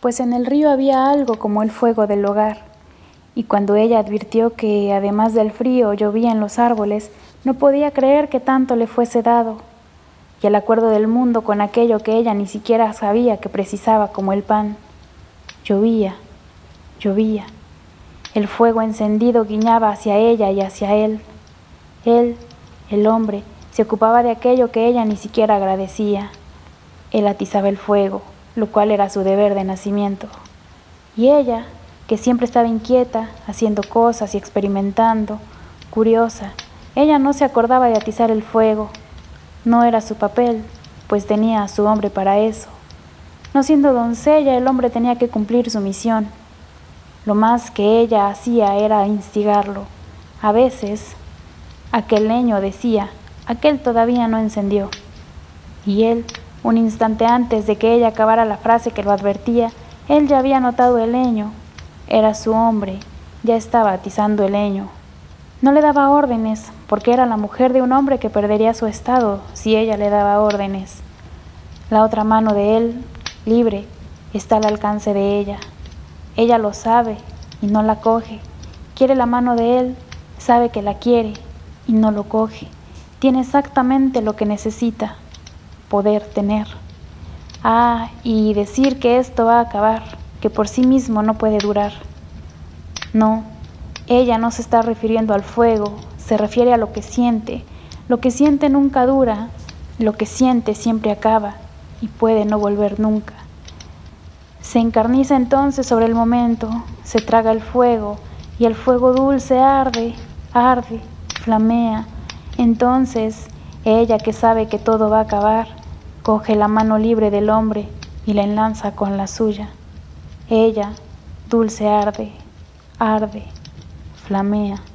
pues en el río había algo como el fuego del hogar, y cuando ella advirtió que, además del frío, llovía en los árboles, no podía creer que tanto le fuese dado, y el acuerdo del mundo con aquello que ella ni siquiera sabía que precisaba como el pan. Llovía, llovía. El fuego encendido guiñaba hacia ella y hacia él. Él, el hombre, se ocupaba de aquello que ella ni siquiera agradecía. Él atizaba el fuego, lo cual era su deber de nacimiento. Y ella, que siempre estaba inquieta, haciendo cosas y experimentando, curiosa, ella no se acordaba de atizar el fuego. No era su papel, pues tenía a su hombre para eso. No siendo doncella, el hombre tenía que cumplir su misión. Lo más que ella hacía era instigarlo. A veces, aquel leño decía, aquel todavía no encendió. Y él, un instante antes de que ella acabara la frase que lo advertía, él ya había notado el leño. Era su hombre, ya estaba atizando el leño. No le daba órdenes, porque era la mujer de un hombre que perdería su estado si ella le daba órdenes. La otra mano de él, libre, está al alcance de ella. Ella lo sabe y no la coge. Quiere la mano de él, sabe que la quiere y no lo coge. Tiene exactamente lo que necesita, poder tener. Y decir que esto va a acabar, que por sí mismo no puede durar. No, ella no se está refiriendo al fuego, se refiere a lo que siente. Lo que siente nunca dura, lo que siente siempre acaba y puede no volver nunca. Se encarniza entonces sobre el momento, se traga el fuego, y el fuego dulce arde, arde, flamea. Entonces, ella que sabe que todo va a acabar, coge la mano libre del hombre y la enlaza con la suya. Ella, dulce arde, arde, flamea.